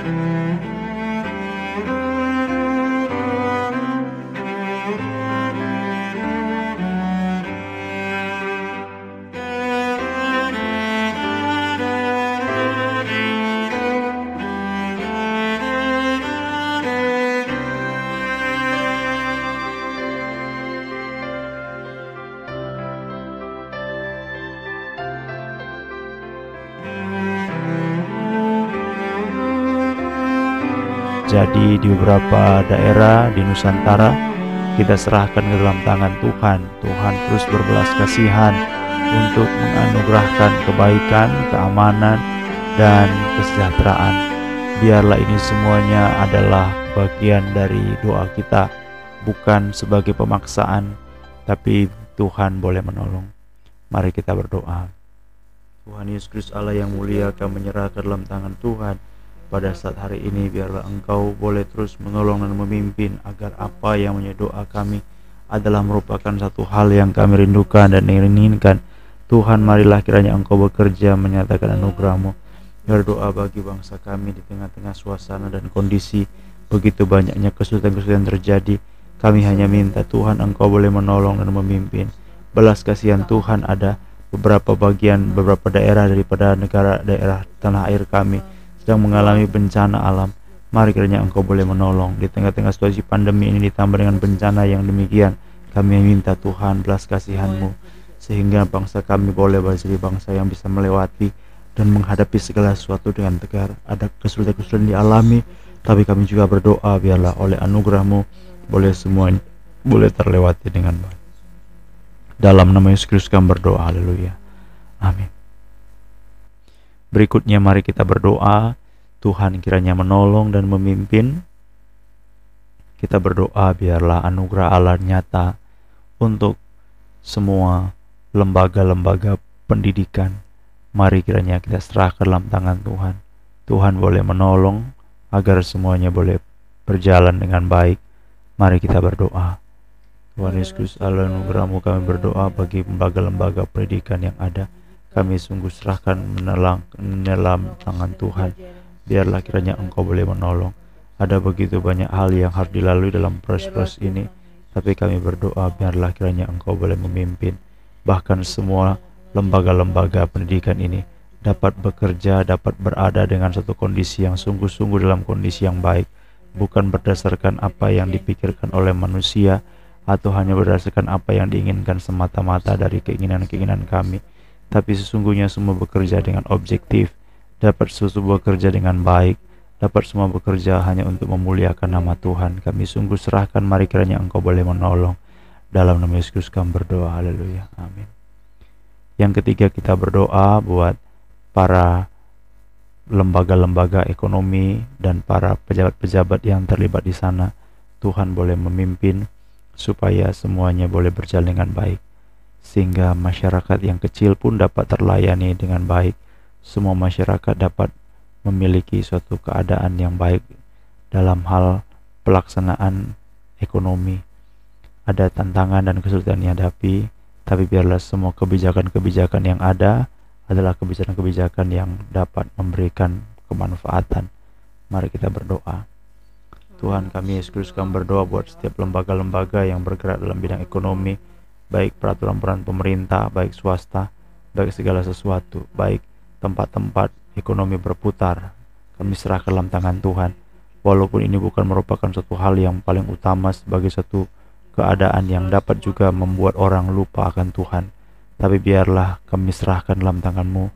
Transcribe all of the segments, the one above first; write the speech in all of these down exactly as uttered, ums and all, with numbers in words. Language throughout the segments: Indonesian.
Jadi di beberapa daerah di Nusantara kita serahkan ke dalam tangan Tuhan. Tuhan terus berbelas kasihan untuk menganugerahkan kebaikan, keamanan, dan kesejahteraan. Biarlah ini semuanya adalah bagian dari doa kita, bukan sebagai pemaksaan, tapi Tuhan boleh menolong. Mari kita berdoa. Tuhan Yesus Kristus Allah yang mulia, kami menyerahkan dalam tangan Tuhan. Pada saat hari ini biarlah Engkau boleh terus menolong dan memimpin agar apa yang menjadi doa kami adalah merupakan satu hal yang kami rindukan dan inginkan. Tuhan, marilah kiranya Engkau bekerja menyatakan anugerah-Mu. Berdoa bagi bangsa kami di tengah-tengah suasana dan kondisi begitu banyaknya kesulitan-kesulitan terjadi. Kami hanya minta Tuhan Engkau boleh menolong dan memimpin. Belas kasihan Tuhan, ada beberapa bagian, beberapa daerah daripada negara daerah tanah air kami sedang mengalami bencana alam. Mari kiranya Engkau boleh menolong di tengah-tengah situasi pandemi ini ditambah dengan bencana yang demikian. Kami minta Tuhan belas kasihan-Mu sehingga bangsa kami boleh menjadi bangsa yang bisa melewati dan menghadapi segala sesuatu dengan tegar. Ada kesulitan-kesulitan dialami, tapi kami juga berdoa biarlah oleh anugerah-Mu boleh semuanya boleh terlewati dengan baik. Dalam nama Yesus Kristus kami berdoa, haleluya, amin. Berikutnya mari kita berdoa, Tuhan kiranya menolong dan memimpin. Kita berdoa biarlah anugerah Allah nyata untuk semua lembaga-lembaga pendidikan. Mari kiranya kita serahkan dalam tangan Tuhan. Tuhan boleh menolong agar semuanya boleh berjalan dengan baik. Mari kita berdoa. Tuhan Yesus Kristus Allah, anugerah-Mu kami berdoa bagi lembaga-lembaga pendidikan yang ada. Kami sungguh serahkan menelang, menyelam tangan Tuhan. Biarlah kiranya Engkau boleh menolong. Ada begitu banyak hal yang harus dilalui dalam proses-proses ini, tapi kami berdoa biarlah kiranya Engkau boleh memimpin. Bahkan semua lembaga-lembaga pendidikan ini dapat bekerja, dapat berada dengan satu kondisi yang sungguh-sungguh dalam kondisi yang baik, bukan berdasarkan apa yang dipikirkan oleh manusia atau hanya berdasarkan apa yang diinginkan semata-mata dari keinginan-keinginan kami, tapi sesungguhnya semua bekerja dengan objektif, dapat semua bekerja dengan baik, dapat semua bekerja hanya untuk memuliakan nama Tuhan. Kami sungguh serahkan, mari kiranya Engkau boleh menolong. Dalam nama Yesus Kristus kami berdoa, haleluya, amin. Yang ketiga, kita berdoa buat para lembaga-lembaga ekonomi dan para pejabat-pejabat yang terlibat di sana. Tuhan boleh memimpin supaya semuanya boleh berjalan dengan baik, sehingga masyarakat yang kecil pun dapat terlayani dengan baik. Semua masyarakat dapat memiliki suatu keadaan yang baik dalam hal pelaksanaan ekonomi. Ada tantangan dan kesulitan yang dihadapi, tapi biarlah semua kebijakan-kebijakan yang ada adalah kebijakan-kebijakan yang dapat memberikan kemanfaatan. Mari kita berdoa. Tuhan kami Yesus Kristus, kami berdoa buat setiap lembaga-lembaga yang bergerak dalam bidang ekonomi, baik peraturan-peraturan pemerintah, baik swasta, baik segala sesuatu, baik tempat-tempat ekonomi berputar. Kami serahkan dalam tangan Tuhan. Walaupun ini bukan merupakan suatu hal yang paling utama sebagai satu keadaan yang dapat juga membuat orang lupa akan Tuhan, tapi biarlah kami serahkan dalam tangan-Mu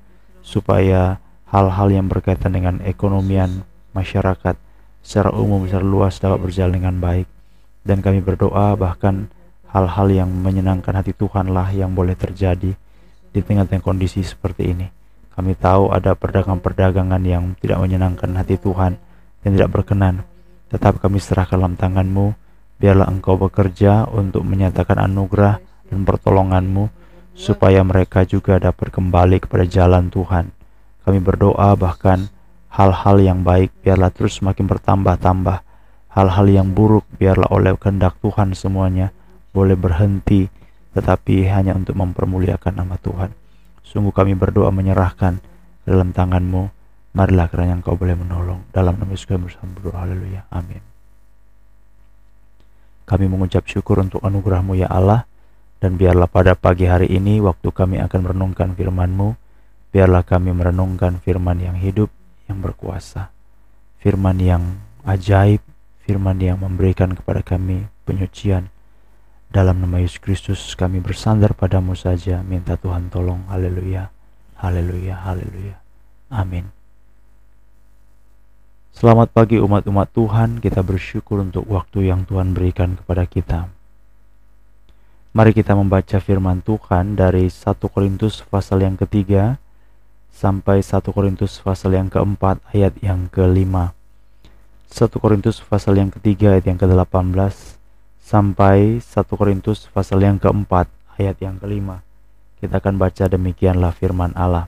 supaya hal-hal yang berkaitan dengan ekonomian masyarakat secara umum, secara luas dapat berjalan dengan baik. Dan kami berdoa bahkan hal-hal yang menyenangkan hati Tuhanlah yang boleh terjadi di tengah-tengah kondisi seperti ini. Kami tahu ada perdagangan-perdagangan yang tidak menyenangkan hati Tuhan dan tidak berkenan, tetap kami serahkan dalam tangan-Mu. Biarlah Engkau bekerja untuk menyatakan anugerah dan pertolongan-Mu supaya mereka juga dapat kembali kepada jalan Tuhan. Kami berdoa bahkan hal-hal yang baik biarlah terus semakin bertambah-tambah. Hal-hal yang buruk biarlah oleh kehendak Tuhan semuanya boleh berhenti, tetapi hanya untuk mempermuliakan nama Tuhan. Sungguh kami berdoa menyerahkan dalam tangan-Mu. Marilah kiranya Engkau boleh menolong. Dalam nama Yesus kami bersama berdoa. Haleluya. Amin. Kami mengucap syukur untuk anugerah-Mu ya Allah, dan biarlah pada pagi hari ini waktu kami akan merenungkan firman-Mu, biarlah kami merenungkan firman yang hidup, yang berkuasa, firman yang ajaib, firman yang memberikan kepada kami penyucian. Dalam nama Yesus Kristus kami bersandar padamu saja, minta Tuhan tolong. Haleluya, haleluya, haleluya. Amin. Selamat pagi umat-umat Tuhan, kita bersyukur untuk waktu yang Tuhan berikan kepada kita. Mari kita membaca firman Tuhan dari satu Korintus pasal yang ketiga sampai satu Korintus pasal yang keempat ayat yang kelima. satu Korintus pasal yang ketiga ayat yang kedelapan belas sampai satu Korintus pasal yang keempat ayat yang kelima. Kita akan baca demikianlah firman Allah.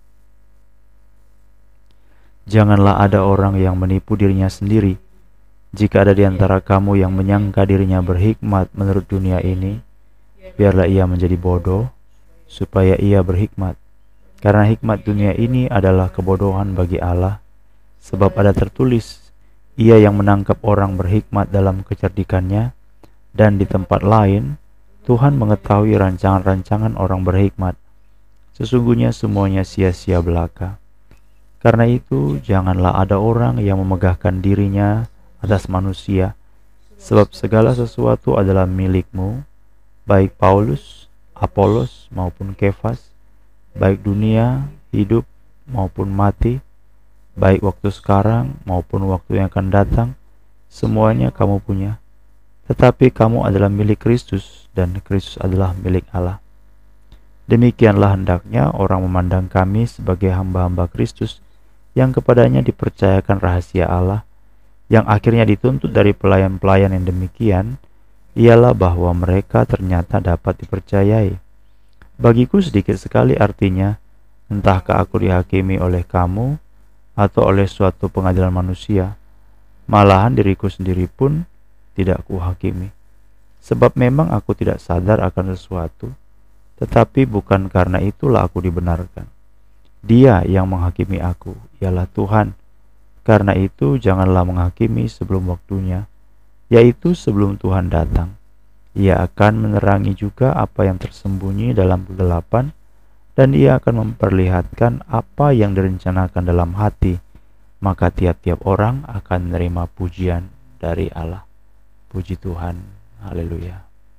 Janganlah ada orang yang menipu dirinya sendiri. Jika ada di antara kamu yang menyangka dirinya berhikmat menurut dunia ini, biarlah ia menjadi bodoh, supaya ia berhikmat. Karena hikmat dunia ini adalah kebodohan bagi Allah, sebab ada tertulis, ia yang menangkap orang berhikmat dalam kecerdikannya, dan di tempat lain, Tuhan mengetahui rancangan-rancangan orang berhikmat. Sesungguhnya semuanya sia-sia belaka. Karena itu, janganlah ada orang yang memegahkan dirinya atas manusia, sebab segala sesuatu adalah milikmu, baik Paulus, Apolos maupun Kefas, baik dunia, hidup maupun mati, baik waktu sekarang maupun waktu yang akan datang, semuanya kamu punya. Tetapi kamu adalah milik Kristus, dan Kristus adalah milik Allah. Demikianlah hendaknya orang memandang kami sebagai hamba-hamba Kristus, yang kepadanya dipercayakan rahasia Allah, yang akhirnya dituntut dari pelayan-pelayan yang demikian, ialah bahwa mereka ternyata dapat dipercayai. Bagiku sedikit sekali artinya, entahkah aku dihakimi oleh kamu, atau oleh suatu pengadilan manusia, malahan diriku sendiri pun tidak kuhakimi. Sebab memang aku tidak sadar akan sesuatu, tetapi bukan karena itulah aku dibenarkan. Dia yang menghakimi aku, ialah Tuhan. Karena itu janganlah menghakimi sebelum waktunya, yaitu sebelum Tuhan datang. Ia akan menerangi juga apa yang tersembunyi dalam kegelapan, dan ia akan memperlihatkan apa yang direncanakan dalam hati. Maka tiap-tiap orang akan menerima pujian dari Allah. Puji Tuhan. Haleluya.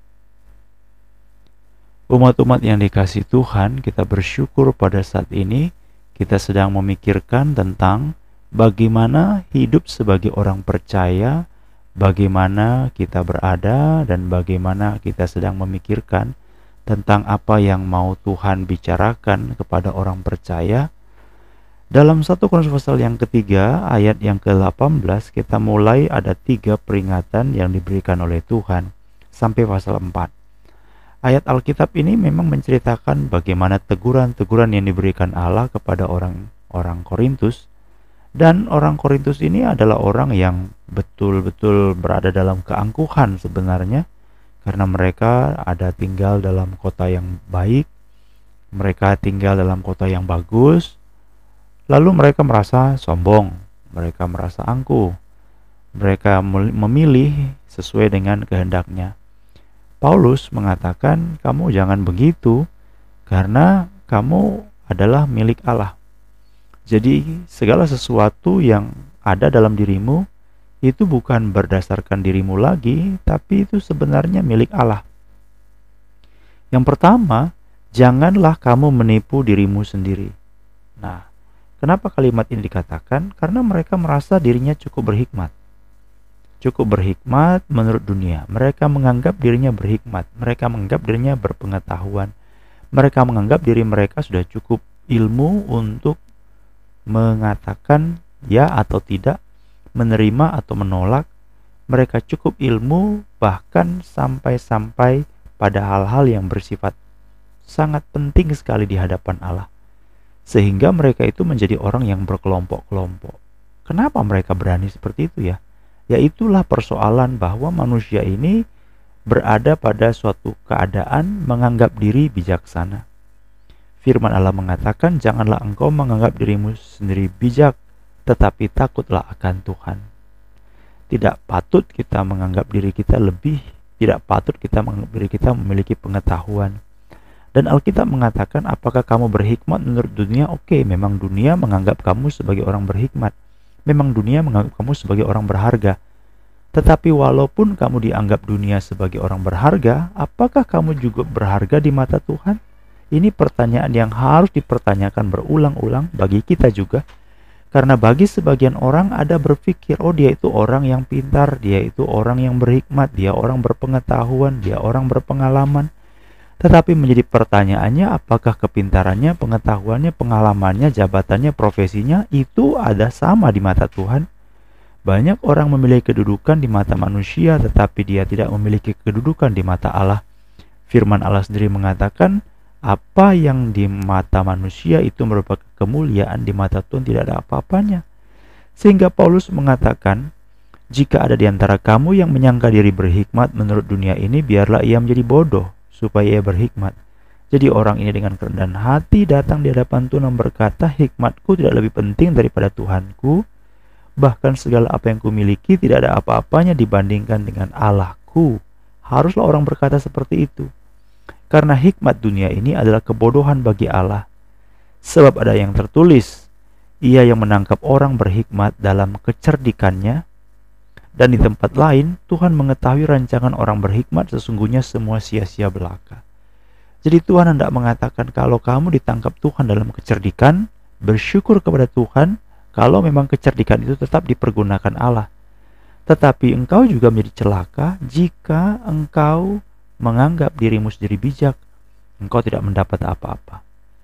Umat-umat yang dikasihi Tuhan, kita bersyukur pada saat ini kita sedang memikirkan tentang bagaimana hidup sebagai orang percaya, bagaimana kita berada, dan bagaimana kita sedang memikirkan tentang apa yang mau Tuhan bicarakan kepada orang percaya. Dalam satu Korintus pasal yang ketiga ayat yang ke delapan belas, kita mulai ada tiga peringatan yang diberikan oleh Tuhan sampai pasal empat. Ayat Alkitab ini memang menceritakan bagaimana teguran-teguran yang diberikan Allah kepada orang-orang Korintus. Dan orang Korintus ini adalah orang yang betul-betul berada dalam keangkuhan sebenarnya, karena mereka ada tinggal dalam kota yang baik, mereka tinggal dalam kota yang bagus, lalu mereka merasa sombong, mereka merasa angkuh, mereka memilih sesuai dengan kehendaknya. Paulus mengatakan, kamu jangan begitu, karena kamu adalah milik Allah. Jadi segala sesuatu yang ada dalam dirimu itu bukan berdasarkan dirimu lagi, tapi itu sebenarnya milik Allah. Yang pertama, janganlah kamu menipu dirimu sendiri. Nah, kenapa kalimat ini dikatakan? Karena mereka merasa dirinya cukup berhikmat. Cukup berhikmat menurut dunia. Mereka menganggap dirinya berhikmat. Mereka menganggap dirinya berpengetahuan. Mereka menganggap diri mereka sudah cukup ilmu untuk mengatakan ya atau tidak, menerima atau menolak. Mereka cukup ilmu bahkan sampai-sampai pada hal-hal yang bersifat sangat penting sekali di hadapan Allah. Sehingga mereka itu menjadi orang yang berkelompok-kelompok. Kenapa mereka berani seperti itu ya? Yaitulah persoalan bahwa manusia ini berada pada suatu keadaan menganggap diri bijaksana. Firman Allah mengatakan, janganlah engkau menganggap dirimu sendiri bijak, tetapi takutlah akan Tuhan. Tidak patut kita menganggap diri kita lebih, tidak patut kita menganggap diri kita memiliki pengetahuan. Dan Alkitab mengatakan, apakah kamu berhikmat menurut dunia? Oke, memang dunia menganggap kamu sebagai orang berhikmat. Memang dunia menganggap kamu sebagai orang berharga. Tetapi walaupun kamu dianggap dunia sebagai orang berharga, apakah kamu juga berharga di mata Tuhan? Ini pertanyaan yang harus dipertanyakan berulang-ulang bagi kita juga. Karena bagi sebagian orang ada berpikir, oh dia itu orang yang pintar, dia itu orang yang berhikmat, dia orang berpengetahuan, dia orang berpengalaman. Tetapi menjadi pertanyaannya, apakah kepintarannya, pengetahuannya, pengalamannya, jabatannya, profesinya itu ada sama di mata Tuhan? Banyak orang memiliki kedudukan di mata manusia, tetapi dia tidak memiliki kedudukan di mata Allah. Firman Allah sendiri mengatakan, apa yang di mata manusia itu merupakan kemuliaan, di mata Tuhan tidak ada apa-apanya. Sehingga Paulus mengatakan, jika ada di antara kamu yang menyangka diri berhikmat menurut dunia ini, biarlah ia menjadi bodoh, supaya ia berhikmat. Jadi orang ini dengan kerendahan hati datang di hadapan Tuhan dan berkata, hikmatku tidak lebih penting daripada Tuhanku, bahkan segala apa yang kumiliki tidak ada apa-apanya dibandingkan dengan Allahku. Haruslah orang berkata seperti itu. Karena hikmat dunia ini adalah kebodohan bagi Allah. Sebab ada yang tertulis, ia yang menangkap orang berhikmat dalam kecerdikannya. Dan di tempat lain, Tuhan mengetahui rancangan orang berhikmat, sesungguhnya semua sia-sia belaka. Jadi Tuhan hendak mengatakan, kalau kamu ditangkap Tuhan dalam kecerdikan, bersyukur kepada Tuhan, kalau memang kecerdikan itu tetap dipergunakan Allah. Tetapi engkau juga menjadi celaka jika engkau menganggap dirimu sendiri bijak, engkau tidak mendapat apa-apa.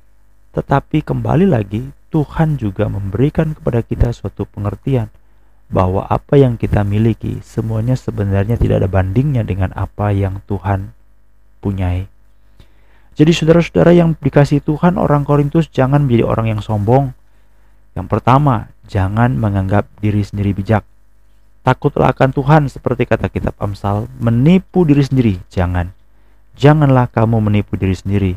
Tetapi kembali lagi, Tuhan juga memberikan kepada kita suatu pengertian, bahwa apa yang kita miliki semuanya sebenarnya tidak ada bandingnya dengan apa yang Tuhan punyai. Jadi saudara-saudara yang dikasihi Tuhan, orang Korintus jangan menjadi orang yang sombong. Yang pertama, jangan menganggap diri sendiri bijak. Takutlah akan Tuhan, seperti kata kitab Amsal, menipu diri sendiri, jangan. Janganlah kamu menipu diri sendiri.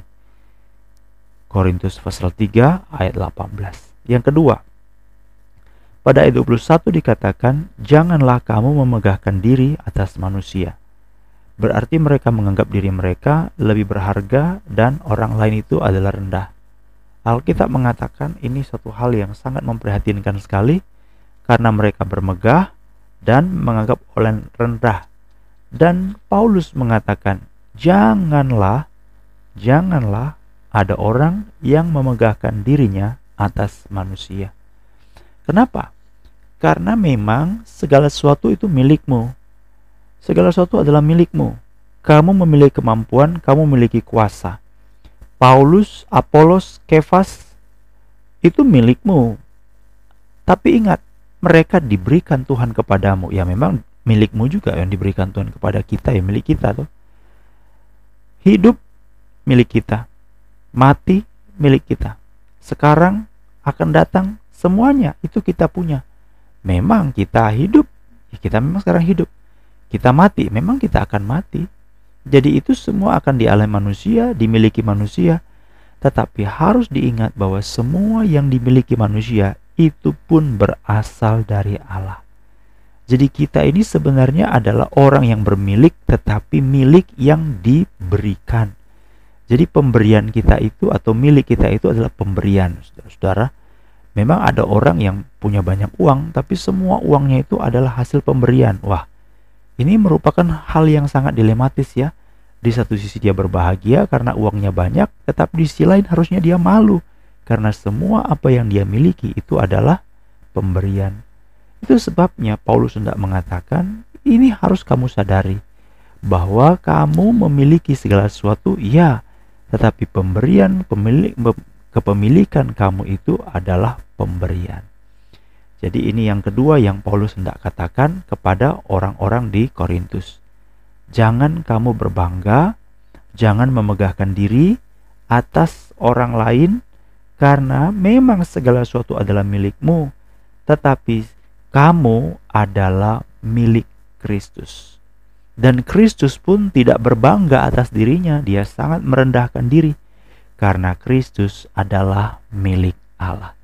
Korintus pasal tiga ayat delapan belas. Yang kedua, pada ayat dua puluh satu dikatakan, janganlah kamu memegahkan diri atas manusia. Berarti mereka menganggap diri mereka lebih berharga dan orang lain itu adalah rendah. Alkitab mengatakan ini suatu hal yang sangat memprihatinkan sekali, karena mereka bermegah dan menganggap orang rendah. Dan Paulus mengatakan, janganlah, janganlah ada orang yang memegahkan dirinya atas manusia. Kenapa? Karena memang segala sesuatu itu milikmu. Segala sesuatu adalah milikmu. Kamu memiliki kemampuan, kamu memiliki kuasa. Paulus, Apolos, Kefas itu milikmu. Tapi ingat, mereka diberikan Tuhan kepadamu. Ya memang milikmu juga yang diberikan Tuhan kepada kita, ya milik kita tuh. Hidup milik kita, mati milik kita. Sekarang akan datang, semuanya itu kita punya. Memang kita hidup, ya kita memang sekarang hidup. Kita mati, memang kita akan mati. Jadi itu semua akan dialami manusia, dimiliki manusia. Tetapi harus diingat bahwa semua yang dimiliki manusia itu pun berasal dari Allah. Jadi kita ini sebenarnya adalah orang yang bermilik, tetapi milik yang diberikan. Jadi pemberian kita itu atau milik kita itu adalah pemberian, saudara-saudara. Memang ada orang yang punya banyak uang, tapi semua uangnya itu adalah hasil pemberian. Wah, ini merupakan hal yang sangat dilematis ya. Di satu sisi dia berbahagia karena uangnya banyak, tetapi di sisi lain harusnya dia malu, karena semua apa yang dia miliki itu adalah pemberian. Itu sebabnya Paulus hendak mengatakan, ini harus kamu sadari, bahwa kamu memiliki segala sesuatu, ya, tetapi pemberian, pemilik, kepemilikan kamu itu adalah pemberian. Jadi ini yang kedua yang Paulus hendak katakan kepada orang-orang di Korintus. Jangan kamu berbangga, jangan memegahkan diri atas orang lain, karena memang segala sesuatu adalah milikmu, tetapi kamu adalah milik Kristus. Dan Kristus pun tidak berbangga atas dirinya, dia sangat merendahkan diri, karena Kristus adalah milik Allah.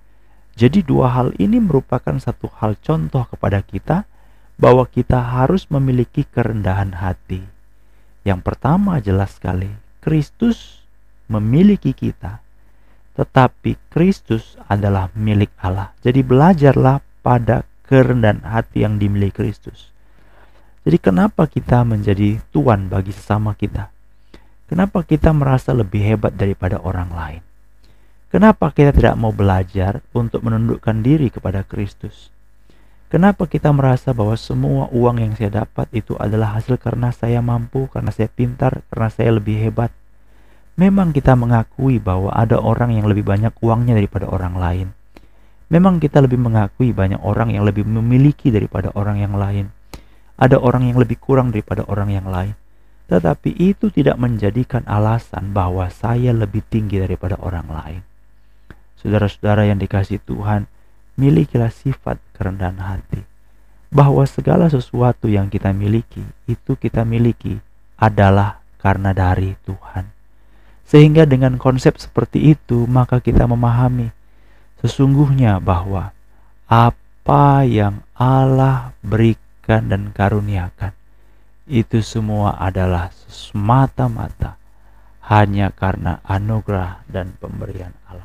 Jadi dua hal ini merupakan satu hal contoh kepada kita bahwa kita harus memiliki kerendahan hati. Yang pertama jelas sekali, Kristus memiliki kita, tetapi Kristus adalah milik Allah. Jadi belajarlah pada kerendahan hati yang dimiliki Kristus. Jadi kenapa kita menjadi tuan bagi sesama kita? Kenapa kita merasa lebih hebat daripada orang lain? Kenapa kita tidak mau belajar untuk menundukkan diri kepada Kristus? Kenapa kita merasa bahwa semua uang yang saya dapat itu adalah hasil karena saya mampu, karena saya pintar, karena saya lebih hebat? Memang kita mengakui bahwa ada orang yang lebih banyak uangnya daripada orang lain. Memang kita lebih mengakui banyak orang yang lebih memiliki daripada orang yang lain. Ada orang yang lebih kurang daripada orang yang lain. Tetapi itu tidak menjadikan alasan bahwa saya lebih tinggi daripada orang lain. Saudara-saudara yang dikasihi Tuhan, milikilah sifat kerendahan hati. Bahwa segala sesuatu yang kita miliki, itu kita miliki adalah karena dari Tuhan. Sehingga dengan konsep seperti itu, maka kita memahami sesungguhnya bahwa apa yang Allah berikan dan karuniakan, itu semua adalah semata-mata hanya karena anugerah dan pemberian Allah.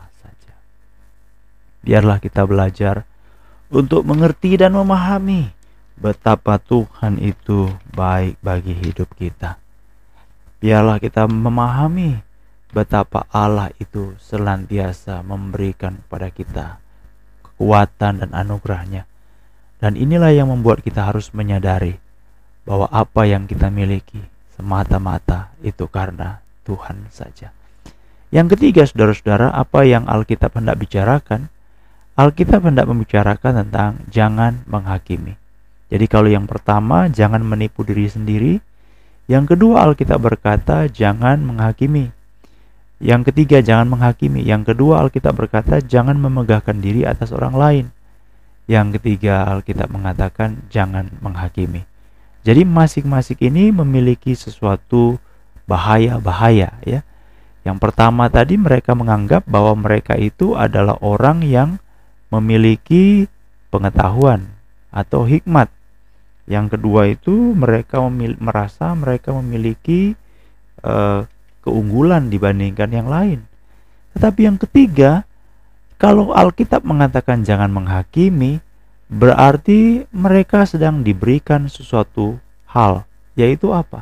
Biarlah kita belajar untuk mengerti dan memahami betapa Tuhan itu baik bagi hidup kita. Biarlah kita memahami betapa Allah itu senantiasa memberikan kepada kita kekuatan dan anugerahnya. Dan inilah yang membuat kita harus menyadari bahwa apa yang kita miliki semata-mata itu karena Tuhan saja. Yang ketiga, saudara-saudara, apa yang Alkitab hendak bicarakan? Alkitab hendak membicarakan tentang jangan menghakimi. Jadi kalau yang pertama, jangan menipu diri sendiri. Yang kedua, Alkitab berkata jangan menghakimi. Yang ketiga, jangan menghakimi. Yang kedua, Alkitab berkata jangan memegahkan diri atas orang lain. Yang ketiga, Alkitab mengatakan jangan menghakimi. Jadi masing-masing ini memiliki sesuatu bahaya-bahaya, ya. Yang pertama tadi, mereka menganggap bahwa mereka itu adalah orang yang memiliki pengetahuan atau hikmat. Yang kedua itu mereka memil- merasa mereka memiliki uh, keunggulan dibandingkan yang lain. Tetapi yang ketiga, kalau Alkitab mengatakan jangan menghakimi, berarti mereka sedang diberikan sesuatu hal, yaitu apa?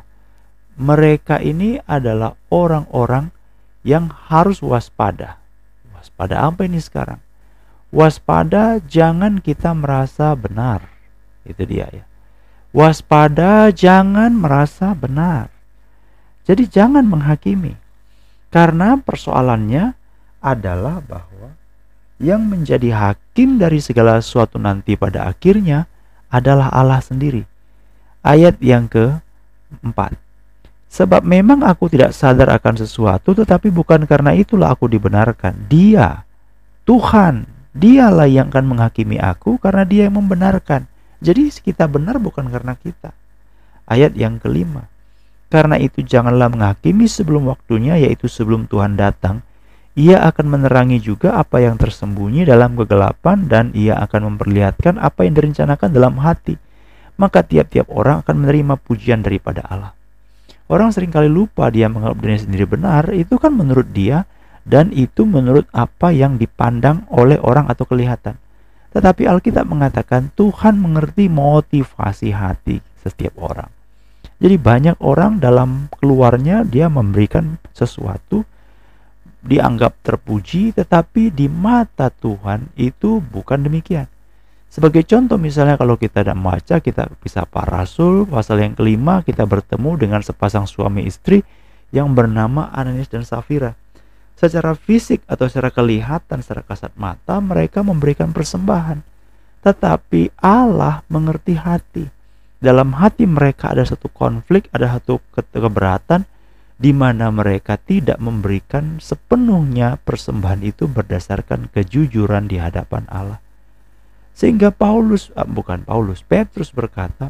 Mereka ini adalah orang-orang yang harus waspada. Waspada apa ini sekarang? Waspada, jangan kita merasa benar. Itu dia, ya. Waspada, jangan merasa benar. Jadi jangan menghakimi. Karena persoalannya adalah bahwa yang menjadi hakim dari segala sesuatu nanti pada akhirnya adalah Allah sendiri. Ayat yang keempat. Sebab memang aku tidak sadar akan sesuatu, tetapi bukan karena itulah aku dibenarkan. Dia, Tuhan, Dialah yang akan menghakimi aku karena Dia yang membenarkan. Jadi kita benar bukan karena kita. Ayat yang kelima. Karena itu janganlah menghakimi sebelum waktunya, yaitu sebelum Tuhan datang. Ia akan menerangi juga apa yang tersembunyi dalam kegelapan, dan Ia akan memperlihatkan apa yang direncanakan dalam hati. Maka tiap-tiap orang akan menerima pujian daripada Allah. Orang seringkali lupa dia menganggap dirinya sendiri benar. Itu kan menurut dia, dan itu menurut apa yang dipandang oleh orang atau kelihatan. Tetapi Alkitab mengatakan Tuhan mengerti motivasi hati setiap orang. Jadi banyak orang dalam keluarnya dia memberikan sesuatu, dianggap terpuji, tetapi di mata Tuhan itu bukan demikian. Sebagai contoh, misalnya kalau kita tidak membaca kitab Kisah Para Rasul pasal yang kelima, kita bertemu dengan sepasang suami istri yang bernama Ananias dan Safira. Secara fisik atau secara kelihatan, secara kasat mata, mereka memberikan persembahan. Tetapi Allah mengerti hati. Dalam hati mereka ada satu konflik, ada satu keberatan, di mana mereka tidak memberikan sepenuhnya persembahan itu berdasarkan kejujuran di hadapan Allah. Sehingga Paulus, ah, bukan Paulus, Petrus berkata,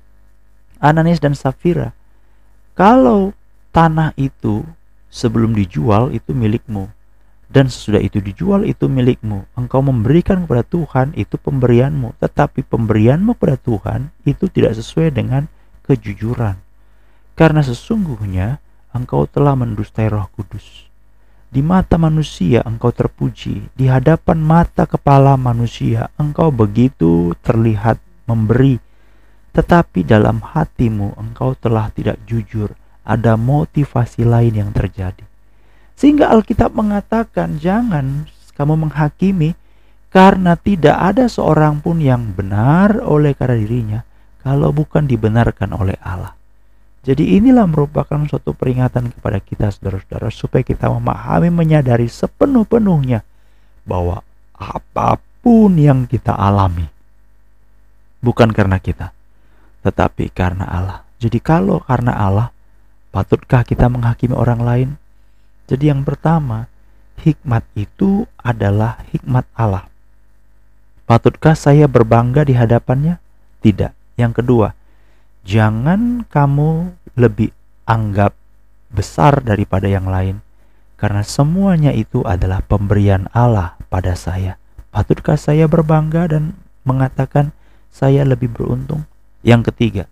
Ananias dan Safira, kalau tanah itu sebelum dijual itu milikmu, dan sesudah itu dijual, itu milikmu. Engkau memberikan kepada Tuhan, itu pemberianmu. Tetapi pemberianmu kepada Tuhan itu tidak sesuai dengan kejujuran. Karena sesungguhnya engkau telah mendustai Roh Kudus. Di mata manusia engkau terpuji, di hadapan mata kepala manusia engkau begitu terlihat memberi. Tetapi dalam hatimu engkau telah tidak jujur, ada motivasi lain yang terjadi. Sehingga Alkitab mengatakan jangan kamu menghakimi, karena tidak ada seorang pun yang benar oleh karena dirinya kalau bukan dibenarkan oleh Allah. Jadi inilah merupakan suatu peringatan kepada kita saudara-saudara, supaya kita memahami, menyadari sepenuh-penuhnya bahwa apapun yang kita alami bukan karena kita, tetapi karena Allah. Jadi kalau karena Allah, patutkah kita menghakimi orang lain? Jadi yang pertama, hikmat itu adalah hikmat Allah. Patutkah saya berbangga di hadapannya? Tidak. Yang kedua, jangan kamu lebih anggap besar daripada yang lain, karena semuanya itu adalah pemberian Allah pada saya. Patutkah saya berbangga dan mengatakan saya lebih beruntung? Yang ketiga,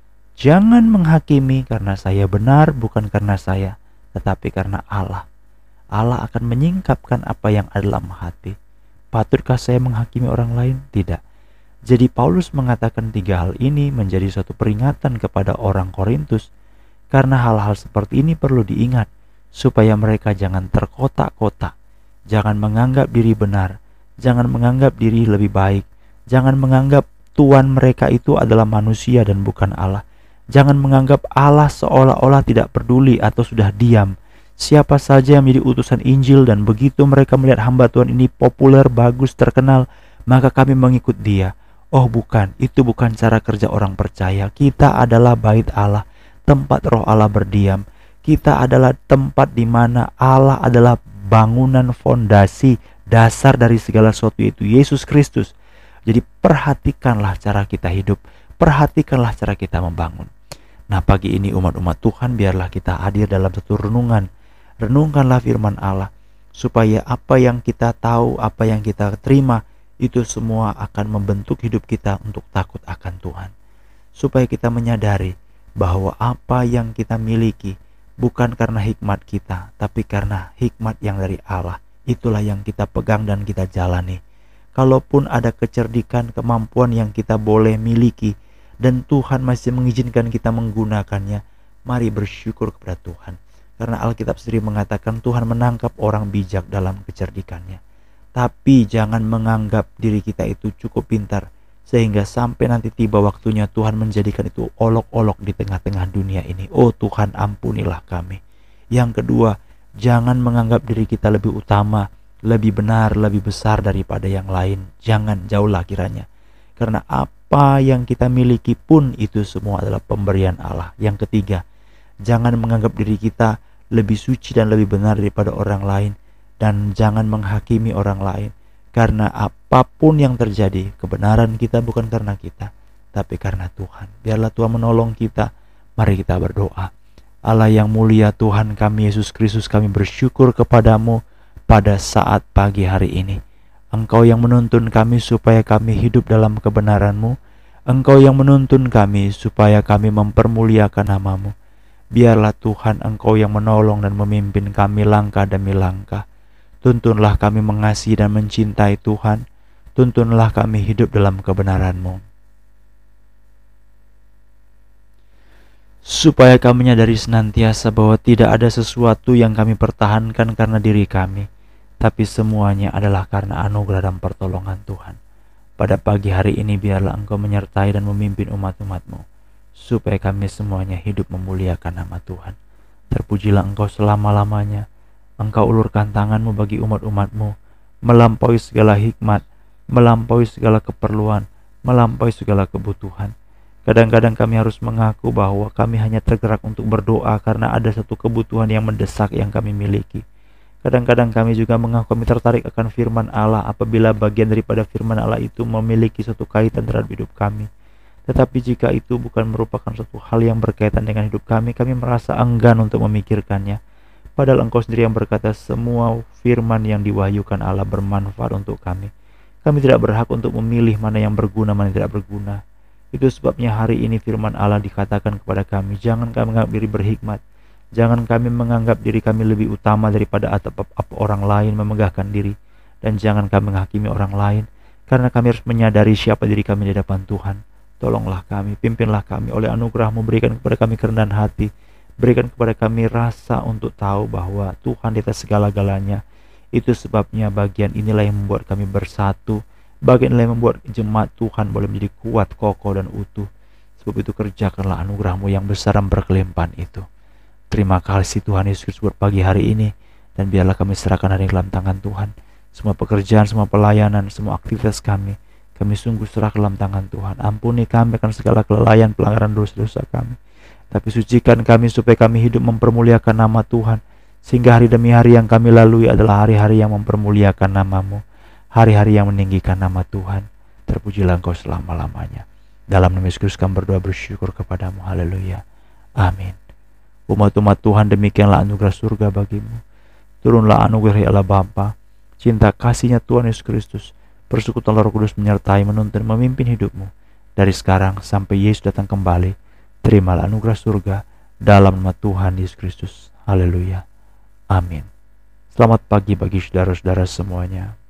jangan menghakimi karena saya benar, bukan karena saya, tetapi karena Allah. Allah akan menyingkapkan apa yang ada dalam hati. Patutkah saya menghakimi orang lain? Tidak. Jadi Paulus mengatakan tiga hal ini menjadi suatu peringatan kepada orang Korintus, karena hal-hal seperti ini perlu diingat, supaya mereka jangan terkotak-kotak, jangan menganggap diri benar, jangan menganggap diri lebih baik, jangan menganggap Tuhan mereka itu adalah manusia dan bukan Allah. Jangan menganggap Allah seolah-olah tidak peduli atau sudah diam. Siapa saja yang menjadi utusan Injil dan begitu mereka melihat hamba Tuhan ini populer, bagus, terkenal, maka kami mengikut dia. Oh bukan, itu bukan cara kerja orang percaya. Kita adalah bait Allah, tempat roh Allah berdiam. Kita adalah tempat di mana Allah adalah bangunan fondasi, dasar dari segala sesuatu, yaitu Yesus Kristus. Jadi perhatikanlah cara kita hidup, perhatikanlah cara kita membangun. Nah pagi ini umat-umat Tuhan, biarlah kita hadir dalam satu renungan. Renungkanlah firman Allah, supaya apa yang kita tahu, apa yang kita terima, itu semua akan membentuk hidup kita untuk takut akan Tuhan. Supaya kita menyadari bahwa apa yang kita miliki bukan karena hikmat kita, tapi karena hikmat yang dari Allah. Itulah yang kita pegang dan kita jalani. Kalaupun ada kecerdikan, kemampuan yang kita boleh miliki, dan Tuhan masih mengizinkan kita menggunakannya, mari bersyukur kepada Tuhan. Karena Alkitab sendiri mengatakan Tuhan menangkap orang bijak dalam kecerdikannya. Tapi jangan menganggap diri kita itu cukup pintar, sehingga sampai nanti tiba waktunya Tuhan menjadikan itu olok-olok di tengah-tengah dunia ini. Oh Tuhan, ampunilah kami. Yang kedua, jangan menganggap diri kita lebih utama, lebih benar, lebih besar daripada yang lain. Jangan, jauhlah kiranya. Karena apa yang kita miliki pun itu semua adalah pemberian Allah. Yang ketiga, jangan menganggap diri kita lebih suci dan lebih benar daripada orang lain. Dan jangan menghakimi orang lain. Karena apapun yang terjadi, kebenaran kita bukan karena kita, tapi karena Tuhan. Biarlah Tuhan menolong kita. Mari kita berdoa. Allah yang mulia, Tuhan kami Yesus Kristus, kami bersyukur kepadamu pada saat pagi hari ini. Engkau yang menuntun kami supaya kami hidup dalam kebenaran-Mu. Engkau yang menuntun kami supaya kami mempermuliakan nama-Mu. Biarlah Tuhan Engkau yang menolong dan memimpin kami langkah demi langkah. Tuntunlah kami mengasihi dan mencintai Tuhan. Tuntunlah kami hidup dalam kebenaran-Mu. Supaya kami menyadari senantiasa bahwa tidak ada sesuatu yang kami pertahankan karena diri kami, tapi semuanya adalah karena anugerah dan pertolongan Tuhan. Pada pagi hari ini biarlah Engkau menyertai dan memimpin umat-umat-Mu, supaya kami semuanya hidup memuliakan nama Tuhan. Terpujilah Engkau selama-lamanya. Engkau ulurkan tangan-Mu bagi umat-umat-Mu, melampaui segala hikmat, melampaui segala keperluan, melampaui segala kebutuhan. Kadang-kadang kami harus mengaku bahwa kami hanya tergerak untuk berdoa karena ada satu kebutuhan yang mendesak yang kami miliki. Kadang-kadang kami juga mengaku kami tertarik akan firman Allah apabila bagian daripada firman Allah itu memiliki suatu kaitan terhadap hidup kami. Tetapi jika itu bukan merupakan suatu hal yang berkaitan dengan hidup kami, kami merasa enggan untuk memikirkannya. Padahal Engkau sendiri yang berkata semua firman yang diwahyukan Allah bermanfaat untuk kami. Kami tidak berhak untuk memilih mana yang berguna, mana yang tidak berguna. Itu sebabnya hari ini firman Allah dikatakan kepada kami, jangan kami menganggap diri berhikmat. Jangan kami menganggap diri kami lebih utama daripada atap apa orang lain memegahkan diri. Dan jangan kami menghakimi orang lain, karena kami harus menyadari siapa diri kami di hadapan Tuhan. Tolonglah kami, pimpinlah kami oleh anugerah-Mu, berikan kepada kami kerendahan hati. Berikan kepada kami rasa untuk tahu bahwa Tuhan di atas segala-galanya. Itu sebabnya bagian inilah yang membuat kami bersatu. Bagian inilah yang membuat jemaat Tuhan boleh menjadi kuat, kokoh, dan utuh. Sebab itu kerjakanlah anugerah-Mu yang besar dan berkelimpahan itu. Terima kasih Tuhan Yesus buat pagi hari ini. Dan biarlah kami serahkan hari dalam tangan Tuhan. Semua pekerjaan, semua pelayanan, semua aktivitas kami, kami sungguh serah ke dalam tangan Tuhan. Ampuni kami akan segala kelalaian, pelanggaran dosa-dosa kami. Tapi sucikan kami supaya kami hidup mempermuliakan nama Tuhan. Sehingga hari demi hari yang kami lalui adalah hari-hari yang mempermuliakan nama-Mu. Hari-hari yang meninggikan nama Tuhan. Terpujilah Engkau selama-lamanya. Dalam nama Yesus Kristus kami berdoa bersyukur kepadamu. Haleluya. Amin. Umat-umat Tuhan, demikianlah anugerah surga bagimu. Turunlah anugerah Allah Bapa, cinta kasihnya Tuhan Yesus Kristus, persekutuan Roh Kudus menyertai, menuntun, memimpin hidupmu. Dari sekarang sampai Yesus datang kembali, terimalah anugerah surga dalam nama Tuhan Yesus Kristus. Haleluya. Amin. Selamat pagi bagi saudara-saudara semuanya.